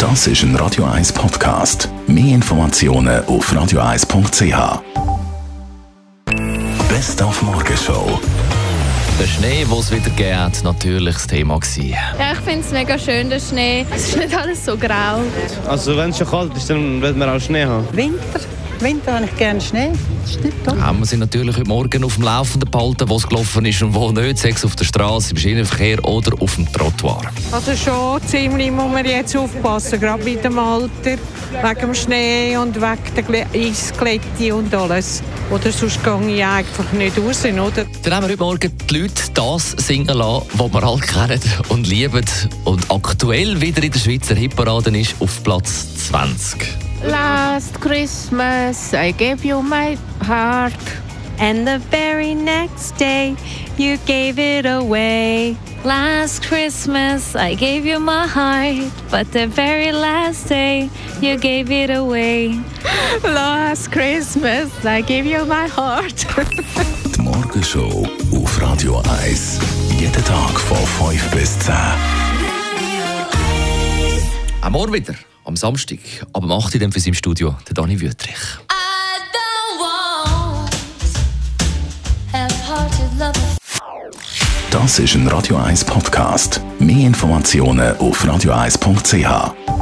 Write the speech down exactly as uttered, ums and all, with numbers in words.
Das ist ein Radio eins Podcast. Mehr Informationen auf radio eins punkt c h. Best auf Morgenshow. Der Schnee, den es wieder gegeben hat, natürlich das Thema gewesen. Ja, ich finde es mega schön, der Schnee. Es ist nicht alles so grau. Also wenn es schon kalt ist, dann will man auch Schnee haben. Winter. Winter habe ich gerne Schnee. Das stimmt doch. Haben wir sie natürlich heute Morgen auf dem Laufenden behalten, wo es gelaufen ist und wo nicht. Sei es auf der Straße, im Schienenverkehr oder auf dem Trottoir. Also schon ziemlich muss man jetzt aufpassen, gerade mit dem Alter, wegen dem Schnee und wegen der Eisglätte und alles. Oder sonst gehe ich einfach nicht raus, oder? Dann haben wir heute Morgen die Leute das singen lassen, was wir alle kennen und lieben und aktuell wieder in der Schweizer Hitparade ist, auf Platz zwanzig. Last Christmas I gave you my heart. And the very next day you gave it away. Last Christmas I gave you my heart, but the very last day you gave it away. Last Christmas I gave you my heart. Die Morgenshow auf Radio eins. Jeden Tag von fünf bis zehn. Am Morgen wieder, am Samstag, aber macht ihr dann für sein Studio, der Dani Wüttrich. Das ist ein Radio eins Podcast. Mehr Informationen auf radio eins punkt c h.